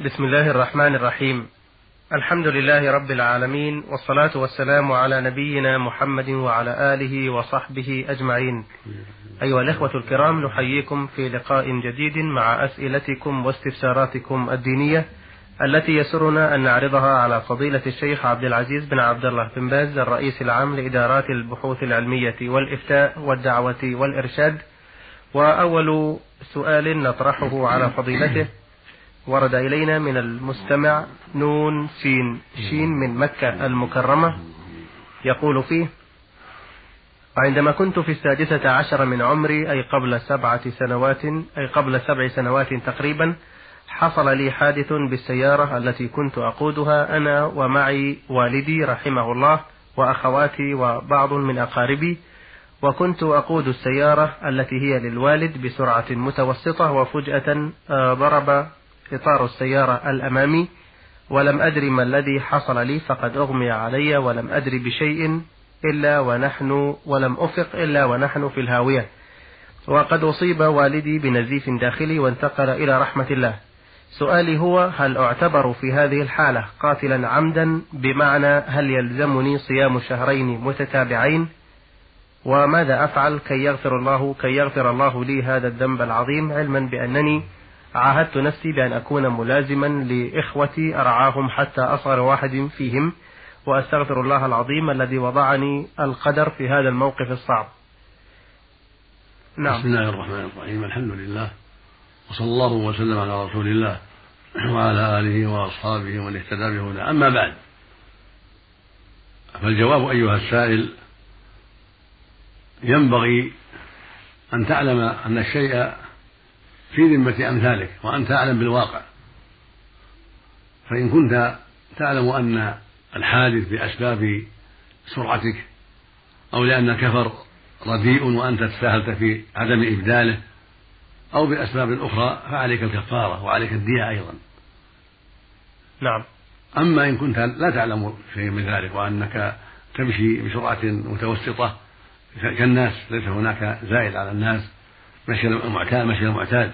بسم الله الرحمن الرحيم. الحمد لله رب العالمين، والصلاة والسلام على نبينا محمد وعلى آله وصحبه أجمعين. أيها الإخوة الكرام، نحييكم في لقاء جديد مع أسئلتكم واستفساراتكم الدينية التي يسرنا أن نعرضها على فضيلة الشيخ عبد العزيز بن عبد الله بن باز، الرئيس العام لإدارات البحوث العلمية والإفتاء والدعوة والإرشاد. وأول سؤال نطرحه على فضيلته ورد إلينا من المستمع نون سين شين من مكة المكرمة، يقول فيه: عندما كنت في 16 من عمري، أي قبل 7 سنوات تقريبا، حصل لي حادث بالسيارة التي كنت أقودها أنا ومعي والدي رحمه الله وأخواتي وبعض من أقاربي، وكنت أقود السيارة التي هي للوالد بسرعة متوسطة، وفجأة ضرب إطار السيارة الأمامي، ولم أدري ما الذي حصل لي، فقد أغمي علي ولم أدري بشيء ولم أفق إلا ونحن في الهاوية، وقد أصيب والدي بنزيف داخلي وانتقل إلى رحمة الله. سؤالي هو: هل أعتبر في هذه الحالة قاتلا عمدا؟ بمعنى هل يلزمني صيام شهرين متتابعين؟ وماذا أفعل كي يغفر الله لي هذا الذنب العظيم، علما بأنني عاهدت نفسي بأن أكون ملازما لإخوتي أرعاهم حتى أصغر واحد فيهم، وأستغفر الله العظيم الذي وضعني القدر في هذا الموقف الصعب. نعم. بسم الله الرحمن الرحيم. الحمد لله، وصلى الله وسلم على رسول الله وعلى آله وأصحابه ومن اهتدى بهداه. أما بعد، فالجواب أيها السائل: ينبغي أن تعلم أن الشيء في ذمة أمثالك، وأنت أعلم بالواقع. فإن كنت تعلم أن الحادث بأسباب سرعتك، أو لأن الكفر رديء وأنت تساهلت في عدم إبداله، أو بأسباب أخرى، فعليك الكفارة وعليك الدية أيضا. نعم. أما إن كنت لا تعلم شيء من ذلك، وأنك تمشي بسرعة متوسطة كالناس، ليس هناك زائد على الناس، مشي المعتاد،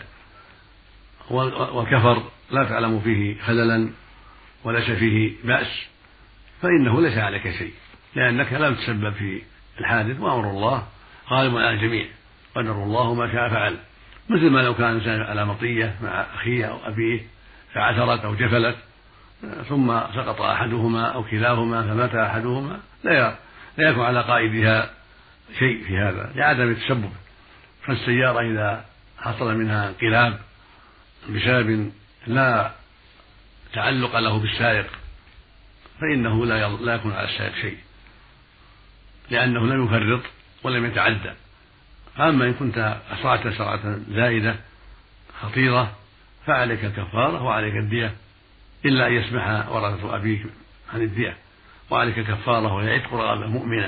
والكفر لا تعلم فيه خللا وليس فيه بأس، فإنه ليس عليك شيء، لأنك لم تسبب في الحادث، وأمر الله غالب على الجميع، قدر الله ما شاء فعل. مثل ما لو كان الإنسان على مطية مع أخيه أو أبيه فعثرت أو جفلت، ثم سقط أحدهما أو كلاهما فمات أحدهما، لا يكون على قائدها شيء في هذا لعدم التسبب. فالسيارة إذا حصل منها انقلاب بسبب لا تعلق له بالسائق، فإنه لا يكون على السائق شيء، لأنه لم يفرط ولم يتعدى. أما إن كنت أسرعت سرعة زائدة خطيرة، فعليك الكفارة وعليك الدية، إلا أن يسمح ورثة أبيك عن الدية، وعليك كفارة وهي عتق رقبة مؤمنة.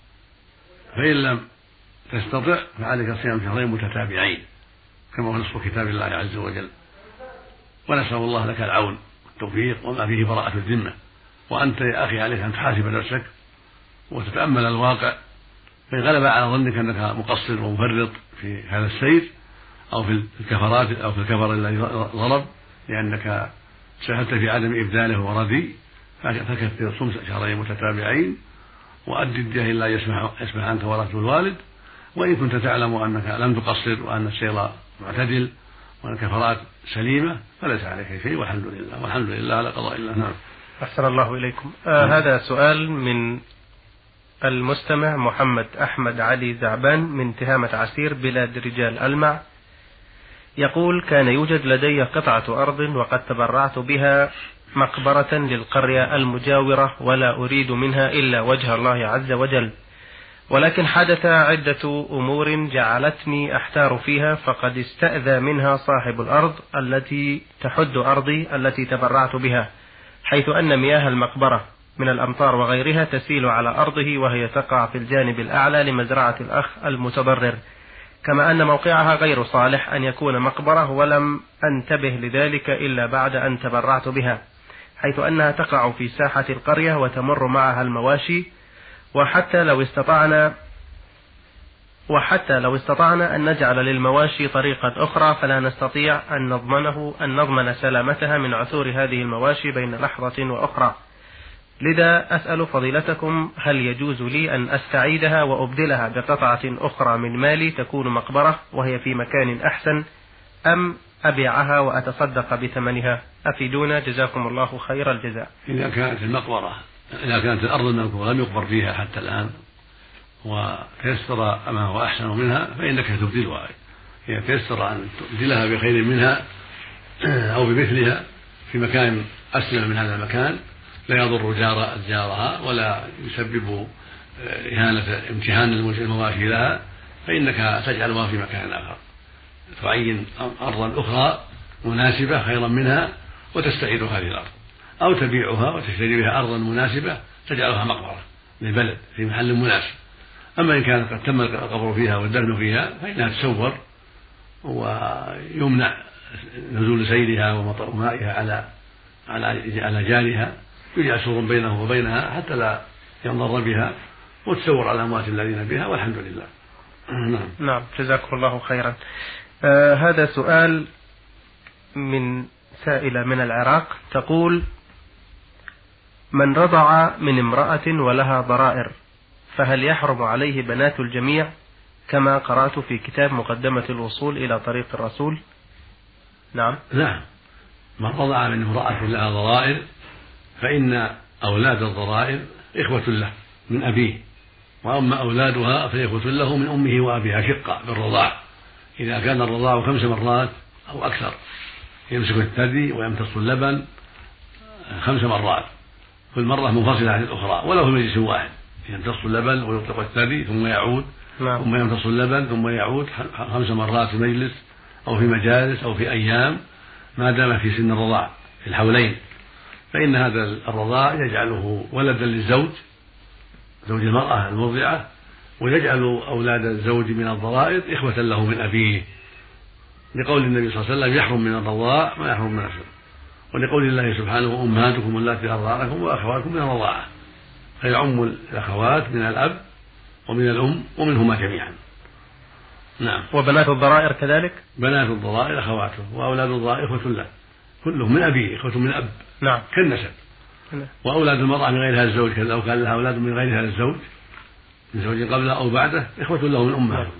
فإن لم تستطع فعليك صيام شهرين متتابعين كما هو نص كتاب الله عز وجل. ونسأل الله لك العون والتوفيق وما فيه براءة الذمة. وأنت يا أخي عليك أن تحاسب نفسك وتتأمل الواقع، فإن غلب على ظنك أنك مقصر ومفرط في هذا السير أو في الكفرات أو في الكفر الذي ضرب لأنك ساهلت في عدم إبداله وردي، فكثر صوم شهرين متتابعين وأد الدية إلا يسمح عنك ورثة الوالد. وإن كنت تعلم أنك لم تقصر وأن السير معتدل وأن الكفرات سليمة فليس عليك شيء، والحمد لله على قضاء الله. نعم. أحسن الله إليكم. هذا سؤال من المستمع محمد أحمد علي زعبان من تهامة عسير بلاد رجال ألمع، يقول: كان يوجد لدي قطعة أرض وقد تبرعت بها مقبرة للقرية المجاورة، ولا أريد منها إلا وجه الله عز وجل، ولكن حدث عدة أمور جعلتني أحتار فيها، فقد استأذى منها صاحب الأرض التي تحد أرضي التي تبرعت بها، حيث أن مياه المقبرة من الأمطار وغيرها تسيل على أرضه، وهي تقع في الجانب الأعلى لمزرعة الأخ المتضرر، كما أن موقعها غير صالح أن يكون مقبرة، ولم أنتبه لذلك إلا بعد أن تبرعت بها، حيث أنها تقع في ساحة القرية وتمر معها المواشي، وحتى لو استطعنا وحتى لو استطعنا أن نجعل للمواشي طريقة أخرى فلا نستطيع أن نضمن سلامتها من عثور هذه المواشي بين لحظة وأخرى. لذا أسأل فضيلتكم هل يجوز لي أن أستعيدها وأبدلها بقطعة أخرى من مالي تكون مقبرة وهي في مكان أحسن، أم أبيعها وأتصدق بثمنها؟ أفيدونا جزاكم الله خير الجزاء. إذا كانت الأرض المذكورة لم يقبر فيها حتى الآن وتيسر ما هو أحسن منها فإنك تبدلها. إذا تيسر أن تبدلها بخير منها أو بمثلها في مكان أسلم من هذا المكان لا يضر جارها ولا يسبب امتهان المواشي لها، فإنك تجعلها في مكان آخر، تعين أرضا أخرى مناسبة خيرا منها وتستعيد هذه الأرض، أو تبيعها وتشتري بها أرضا مناسبة تجعلها مقبرة للبلد في محل مناسب. أما إن كانت قد تم القبر فيها والدفن فيها فإنها تسور ويمنع نزول سيلها ومطر مائها على جارها، يجعل سور بينه وبينها حتى لا ينضر بها وتسور على الأموات الذين بها، والحمد لله. نعم جزاكم الله خيرا. هذا سؤال من سائلة من العراق تقول: من رضع من امرأة ولها ضرائر فهل يحرم عليه بنات الجميع كما قرأت في كتاب مقدمة الوصول إلى طريق الرسول؟ نعم. من رضع من امرأة لها ضرائر فإن أولاد الضرائر إخوة له من أبيه، وأما أولادها فإخوة له من أمه وأبيها شقة بالرضاع، إذا كان الرضاع 5 مرات أو أكثر يمسك الثدي ويمتص اللبن 5 مرات، كل مرة منفصلة عن الأخرى ولو في مجلس واحد، يمتص اللبن ويطلق الثدي ثم يعود ثم يمتص اللبن ثم يعود 5 مرات في مجلس أو في مجالس أو في أيام ما دام في سن الرضاع في الحولين، فإن هذا الرضاع يجعله ولدا للزوج، زوج المرأة المرضعة، ويجعل أولاد الزوج من الضرائر إخوة له من أبيه، لقول النبي صلى الله عليه وسلم: يحرم من الرضاع ما يحرم من النسب، ولقول الله سبحانه: أمهاتكم اللاتي أرضعنكم وأخواتكم من الرضاعة، فيعم الأخوات من الأب ومن الأم ومنهما جميعا. نعم. وبنات الضرائر كذلك؟ بنات الضرائر أخواته، وأولاد الضرائر إخوة له كلهم من أبيه، إخوة من أب. نعم. كالنسب. وأولاد المرأة من غير هذا الزوج كذا، لو كان لها أولاد من غير هذا الزوج من زوج قبله أو بعده إخوة له من أمهاتهم.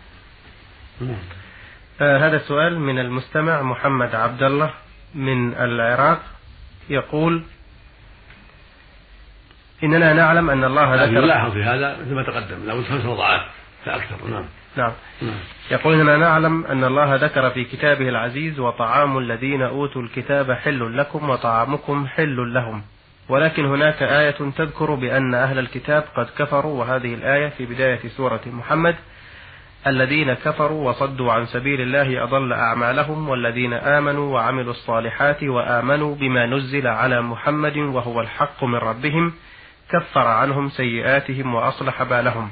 هذا السؤال من المستمع محمد عبد الله من العراق يقول: إننا نعلم أن الله ذكر، لاحظ في هذا مثل ما تقدم لابد 5 رضعات فأكثر. نعم. يقول: إننا نعلم أن الله ذكر في كتابه العزيز: وطعام الذين أوتوا الكتاب حل لكم وطعامكم حل لهم، ولكن هناك آية تذكر بأن أهل الكتاب قد كفروا، وهذه الآية في بداية سورة محمد: الذين كفروا وصدوا عن سبيل الله أضل أعمالهم، والذين آمنوا وعملوا الصالحات وآمنوا بما نزل على محمد وهو الحق من ربهم كفر عنهم سيئاتهم وأصلح بالهم.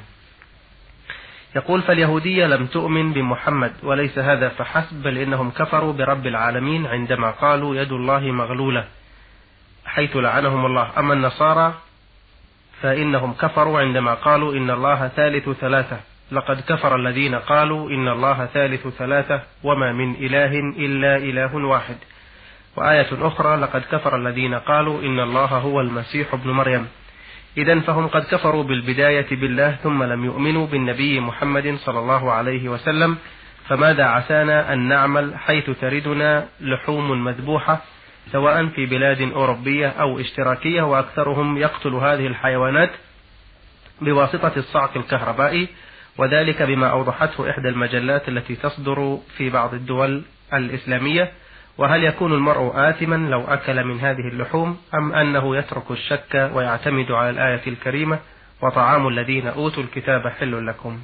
يقول: فاليهودية لم تؤمن بمحمد، وليس هذا فحسب، بل إنهم كفروا برب العالمين عندما قالوا يد الله مغلولة حيث لعنهم الله. أما النصارى فإنهم كفروا عندما قالوا إن الله ثالث ثلاثة، لقد كفر الذين قالوا إن الله ثالث ثلاثة وما من إله إلا إله واحد. وآية أخرى: لقد كفر الذين قالوا إن الله هو المسيح ابن مريم. إذن فهم قد كفروا بالبداية بالله ثم لم يؤمنوا بالنبي محمد صلى الله عليه وسلم، فماذا عسانا أن نعمل حيث تردنا لحوم مذبوحة سواء في بلاد أوروبية أو اشتراكية، وأكثرهم يقتل هذه الحيوانات بواسطة الصعق الكهربائي، وذلك بما أوضحته إحدى المجلات التي تصدر في بعض الدول الإسلامية. وهل يكون المرء آثما لو أكل من هذه اللحوم، أم أنه يترك الشك ويعتمد على الآية الكريمة: وطعام الذين أوتوا الكتاب حل لكم؟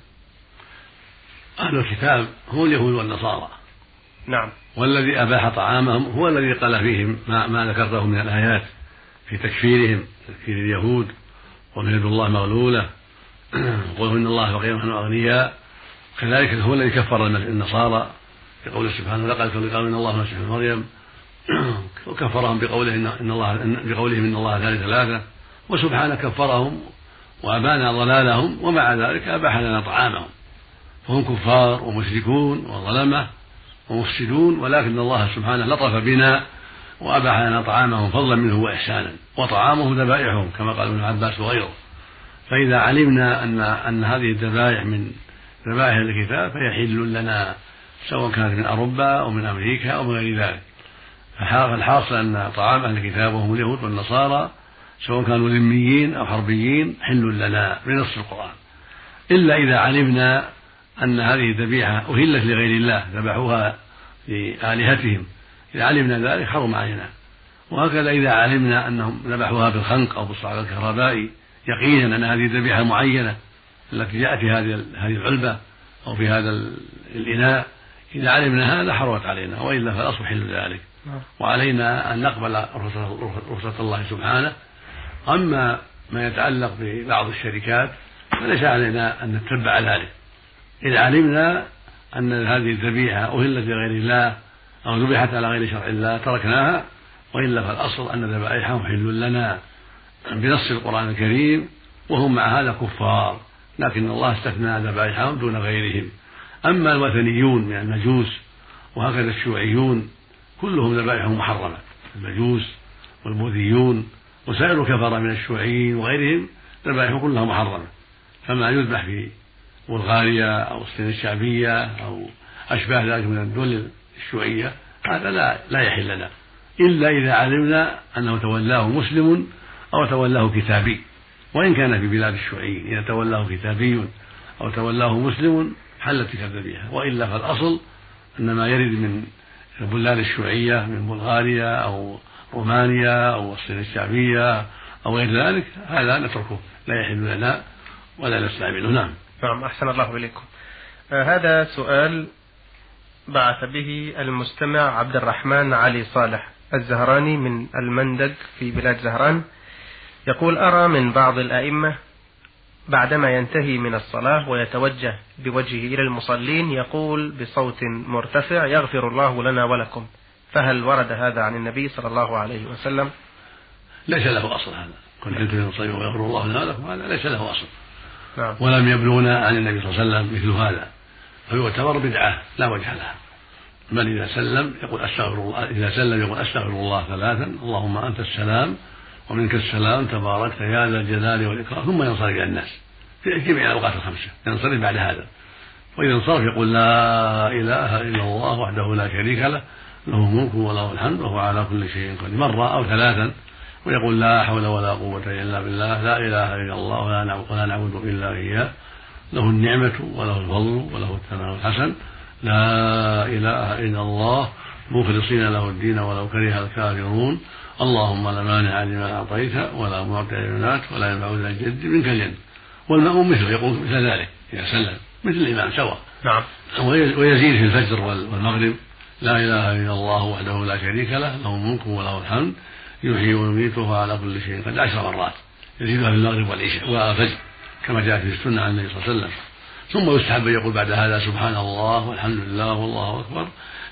أهل الكتاب هم اليهود والنصارى. نعم. والذي أباح طعامهم هو الذي قال فيهم ما ذكرته من الآيات في تكفيرهم، تكفير اليهود ومن يد الله مغلولة قل إن الله فقير ونحن أغنياء. كذلك هو الذي كفر النصارى بقوله سبحانه: لقد قالوا إن الله المسيح ابن مريم، وكفرهم بقولهم إن الله ثالث ثلاثة، وسبحانه كفرهم وأبان ضلالهم، ومع ذلك أباح لنا طعامهم. فهم كفار ومشركون وظلمة ومفسدون، ولكن الله سبحانه لطف بنا وأباح لنا طعامهم فضلا منه وإحسانا، وطعامهم ذبائحهم كما قال ابن عباس وغيره. فإذا علمنا أن هذه الذبائح من ذبائح الكتاب فيحل لنا، سواء كانت من أوروبا أو من أمريكا أو من غير ذلك. فالحاصل أن طعام أهل الكتاب وهم اليهود والنصارى سواء كانوا ذميين أو حربيين حل لنا بنص القرآن، إلا إذا علمنا أن هذه الذبيحة أهلت لغير الله ذبحوها لآلهتهم، إذا علمنا ذلك حرم علينا. وهكذا إذا علمنا أنهم ذبحوها بالخنق أو بالصعق الكهربائي يقينا أن هذه الذبيحة معينة التي جاءت في هذه العلبة أو في هذا الإناء، إذا علمنا هذا حرمت علينا، وإلا فالأصل حل ذلك، وعلينا أن نقبل رخصة الله سبحانه. أما ما يتعلق ببعض الشركات فليس علينا أن نتبع ذلك. إذا علمنا أن هذه الذبيحة أهلت لغير الله أو ذبحت على غير شرع الله تركناها، وإلا فالأصل أن ذبائحهم حل لنا بنص القرآن الكريم، وهم مع هذا كفار، لكن الله استثنى ذبائحهم دون غيرهم. أما الوثنيون من المجوس وهكذا الشيوعيون كلهم ذبائحهم محرمة، المجوس والبوذيون وسائر الكفرة من الشيوعيين وغيرهم ذبائحهم كلها محرمة. فما يذبح في بلغاريا أو الصين الشعبية أو أشباه ذلك من الدول الشيوعية هذا لا يحل لنا، إلا إذا علمنا أنه تولاه مسلم أو تولاه كتابي، وإن كان في بلاد الشيوعيين إذا تولاه كتابي أو تولاه مسلم حلت تلك الذبيحة، وإلا فالأصل أن ما يرد من البلاد الشيوعية من بلغاريا أو رومانيا أو الصين الشعبية أو غير ذلك هذا نتركه، لا يحل لنا ولا نستعمله. نعم. أحسن الله إليكم. هذا سؤال بعث به المستمع عبد الرحمن علي صالح الزهراني من المندق في بلاد زهران، يقول: أرى من بعض الأئمة بعدما ينتهي من الصلاة ويتوجه بوجهه إلى المصلين يقول بصوت مرتفع: يغفر الله لنا ولكم، فهل ورد هذا عن النبي صلى الله عليه وسلم؟ ليس له أصل هذا، كنت نصلي ويغفر الله لنا ولكم، هذا ليس له أصل. نعم. ولم يبلغنا عن النبي صلى الله عليه وسلم مثل هذا، فيعتبر بدعة لا وجه لها. من إذا سلم يقول أستغفر الله، إذا سلم يقول أستغفر الله ثلاثا: اللهم أنت السلام ومنك السلام تباركت يا ذا الجلال والإكرام، ثم ينصرف إلى الناس في جميع الأوقات الخمسة، ينصرف بعد هذا، وإذا انصرف يقول: لا إله إلا الله وحده لا شريك له، له الملك وله الحمد وهو على كل شيء قدير، مرة أو ثلاثا، ويقول: لا حول ولا قوة إلا بالله، لا إله إلا الله ولا نعبد إلا إياه، له النعمة وله الفضل وله الثناء الحسن، لا إله إلا الله مخلصين له الدين ولو كره الكافرون، اللهم لا مانع لما أعطيت ولا معطي لما منعت ولا ينفع ذا الجد منك الجد. والمأموم مثله يقول مثل ذلك إذا سلم مثل الإمام سواء. نعم. ويزيد في الفجر والمغرب: لا إله إلا الله وحده لا شريك له، له الملك وله الحمد يحيي ويميت وهو على كل شيء قدير 10 مرات، يزيدها في المغرب والعشاء والفجر كما جاء في السنة عن النبي صلى الله عليه وسلم. ثم يستحب أن يقول بعد هذا: سبحان الله والحمد لله والله أكبر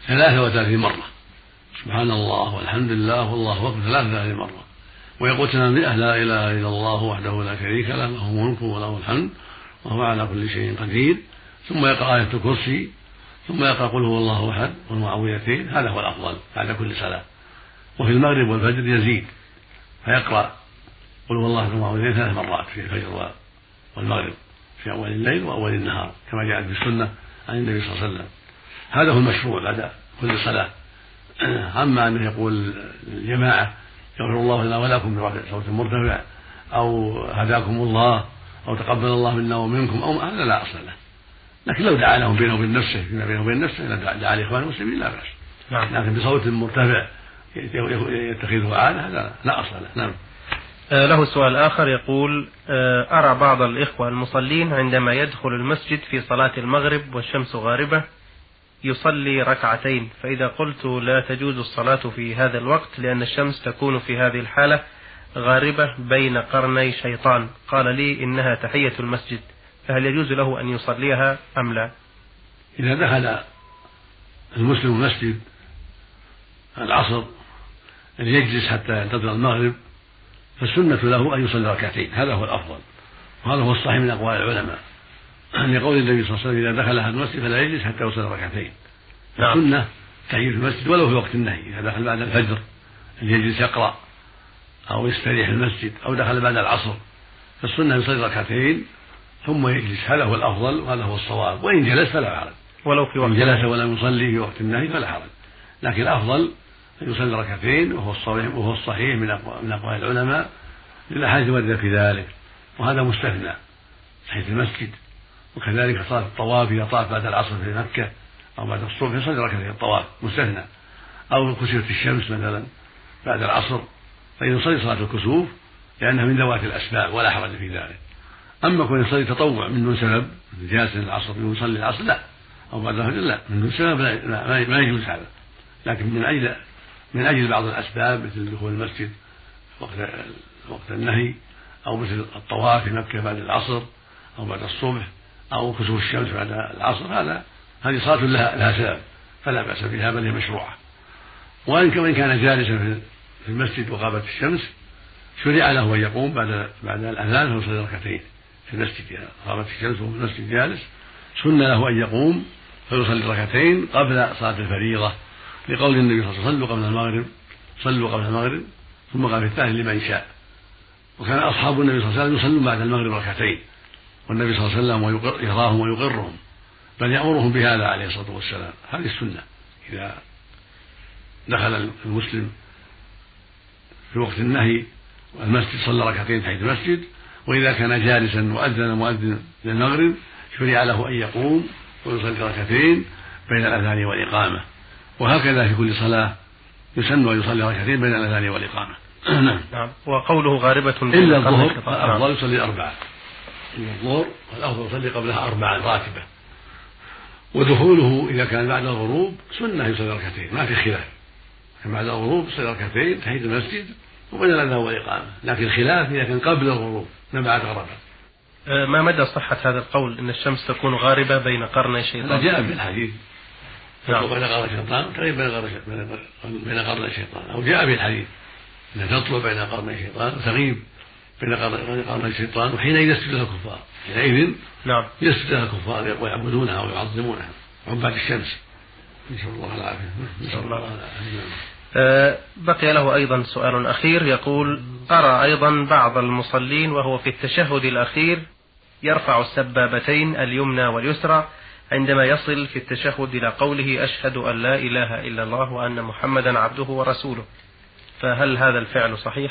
33 مرة، سبحان الله والحمد لله والله أكبر 33 مرة، ويقول تمام 100: لا إله إلا الله وحده لا شريك له، له الملك وله الحمد وهو على كل شيء قدير. ثم يقرأ آية الكرسي، ثم يقرأ قل هو الله أحد والمعوذتين، هذا هو الأفضل بعد كل صلاة. وفي المغرب والفجر يزيد فيقرأ قل هو الله والمعوذتين 3 مرات في الفجر والمغرب في أول الليل وأول النهار كما جاءت في السنة عن النبي صلى الله عليه وسلم. هذا هو المشروع بعد كل صلاة. أما أنه يقول الجماعة يغفر الله لنا ولكم برفع صوت مرتفع أو هداكم الله أو تقبل الله منا ومنكم أو هذا لا أصل له، لكن لو دعا لهم بينه وبين نفسه فيما بينه وبين نفسه دعا لإخوان المسلمين لا بأس. نعم. لكن بصوت مرتفع يتخذه عادة هذا لا أصل له. نعم. له سؤال آخر يقول: أرى بعض الإخوة المصلين عندما يدخل المسجد في صلاة المغرب والشمس غاربة يصلي ركعتين، فإذا قلت لا تجوز الصلاة في هذا الوقت لأن الشمس تكون في هذه الحالة غاربة بين قرني شيطان، قال لي إنها تحية المسجد، فهل يجوز له أن يصليها أم لا؟ إذا دخل المسلم المسجد العصر أن يجلس حتى ينتظر المغرب فالسنة له أن يصلي ركعتين، هذا هو الأفضل وهذا هو الصحيح من أقوال العلماء. لقول النبي صلى الله عليه وسلم إذا دخل أحد المسجد فلا يجلس حتى يصلي ركعتين. نعم. السنة تحية المسجد ولو في وقت النهي، إذا دخل بعد الفجر أن يجلس يقرأ أو يستريح المسجد، أو دخل بعد العصر فالسنة يصلي ركعتين ثم يجلس، هذا هو الأفضل وهذا هو الصواب. وإن جلس فلا حرج، ولو في وقت إن جلس ولم يصلي في وقت النهي فلا حرج، لكن الأفضل أن يصلي ركعتين وهو الصحيح من أقوال العلماء للأحاديث الواردة في ذلك. وهذا مستثنى تحية المسجد، وكذلك صلاة الطواف إذا طاف بعد العصر في مكة أو بعد الصبح يصلي ركعتين الطواف مستثنى، أو كسفت الشمس مثلا بعد العصر فيصلي صلاة الكسوف لأنها من ذوات الأسباب ولا حرج في ذلك. أما كون يصلي تطوع من دون سبب جالس العصر يصلي العصر لا، أو بعد الفجر لا، من دون سبب ما يجوز هذا، لكن من أجل بعض الأسباب مثل دخول المسجد وقت النهي، أو مثل الطواف في مكة بعد العصر أو بعد الصبح، أو كسوف الشمس بعد العصر، هذه صلاة لها سبب فلا بأس بها بل هي مشروعة. وإن كان جالسا في المسجد وغابت الشمس شرع له أن يقوم بعد الأذان فيصلي ركعتين في المسجد، إذا غابت الشمس وهو في المسجد جالس سنة له أن يقوم فيصلي ركعتين قبل صلاة الفريضة، لقول النبي صلى الله عليه وسلم صلوا قبل المغرب ثم قال في الثاني لمن شاء. وكان أصحاب النبي صلى الله عليه وسلم يصلون بعد المغرب ركعتين، والنبي صلى الله عليه وسلم يراهم ويقرهم، بل يأمرهم بهذا عليه الصلاة والسلام. هذه السنة إذا دخل المسلم في وقت النهي والمسجد صلى ركعتين تحية المسجد، وإذا كان جالسا وأذن مؤذن للمغرب شرع له أن يقوم ويصلي ركعتين بين الأذان والإقامة، وهكذا في كل صلاة يسن أن يصلي ركعتين بين الأذان والإقامة. نعم. وقوله غاربة إلا الظهر الأفضل يصلي أربعة، إلا الظهر الأفضل يصلي قبلها أربعة راتبة، ودخوله إذا كان بعد الغروب سنة يصلي ركعتين ما في خلاف، بعد الغروب يصلي ركعتين تحية المسجد وبين الأذان والإقامة، لكن الخلاف إذا كان قبل الغروب ما بعد غربة. ما مدى صحة هذا القول أن الشمس تكون غاربة بين قرني الشيطان؟ جاء في الحديث بين قرني الشيطان تقريبا بين قرني الشيطان، أو جاء في الحديث أنها تطلع بين قرني الشيطان وتغيب بين قرني الشيطان، وحينئذ يسجد لها الكفار، حينئذ نعم يسجد لها الكفار ويعبدونها ويعظمونها عباد الشمس. نسأل الله العافية. نسأل الله العافية. بقي له أيضا سؤال أخير يقول: أرى أيضا بعض المصلين وهو في التشهد الأخير يرفع السبابتين اليمنى واليسرى عندما يصل في التشهد إلى قوله أشهد أن لا إله إلا الله وأن محمدا عبده ورسوله، فهل هذا الفعل صحيح؟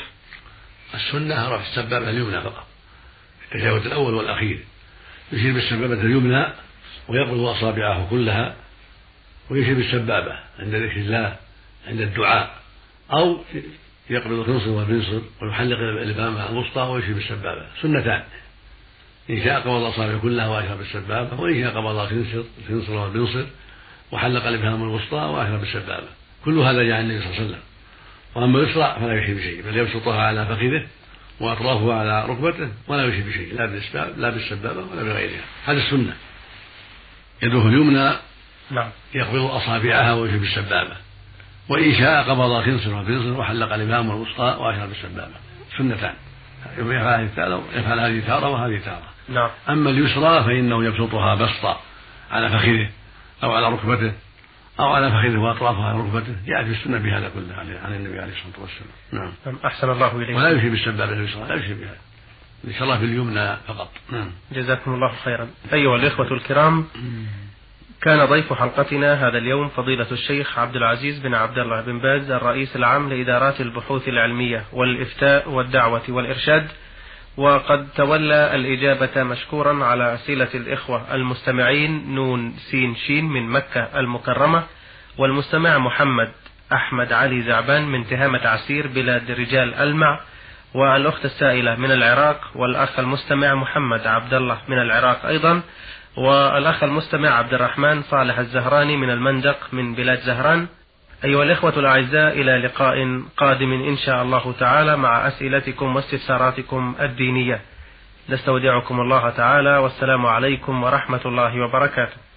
السنة رفع السبابة اليمنى فقط في التشهد الأول والأخير، يشير بالسبابة اليمنى ويقبض أصابعه كلها ويشير بالسبابة عند ذكر الله عند الدعاء، أو يقبض الخنصر والبنصر ويحلق الإبهام الوسطى ويشير بالسبابة، سنتان، إن شاء قبض أصابعه كلها وأشار بالسبابة، وإن شاء قبض الخنصر والبنصر وحلق الإبهام الوسطى وأشار بالسبابة. كل هذا جاء النبي صلى الله عليه وسلم. وأما اليسرى فلا يشير بشيء، بل يبسطها على فخذه وأطرافها على ركبته ولا يشير بشيء، لا بالسبابة ولا بغيرها. هذا السنة. يده اليمنى نعم يقبض أصابعها ويشير بالسبابة، وإن شاء قبض الخنصر والبنصر وحلق الإبهام الوسطى وأشار بالسبابة، سنتان، يفعل هذه تارة وهذه تارة. نعم. أما اليسرى فإنه يبسطها بسطا على فخذه أو على ركبته أو على فخذه وأطرافها على ركبته، يأتي السنة بهذا كله عن النبي عليه الصلاة والسلام. نعم. أحسن الله إليك. ولا يشير بالسبابة اليسرى، لا يشير بها، اليسرى في اليمنى فقط. نعم. جزاكم الله خيرا. أيها الإخوة الكرام، كان ضيف حلقتنا هذا اليوم فضيلة الشيخ عبد العزيز بن عبد الله بن باز الرئيس العام لإدارات البحوث العلمية والإفتاء والدعوة والإرشاد، وقد تولى الإجابة مشكورا على أسئلة الإخوة المستمعين نون سين شين من مكة المكرمة، والمستمع محمد أحمد علي زعبان من تهامة عسير بلاد رجال ألمع، والأخت السائلة من العراق، والأخ المستمع محمد عبد الله من العراق أيضا، والأخ المستمع عبد الرحمن صالح الزهراني من المندق من بلاد زهران. أيها الإخوة الأعزاء، إلى لقاء قادم إن شاء الله تعالى مع أسئلتكم واستفساراتكم الدينية. نستودعكم الله تعالى، والسلام عليكم ورحمة الله وبركاته.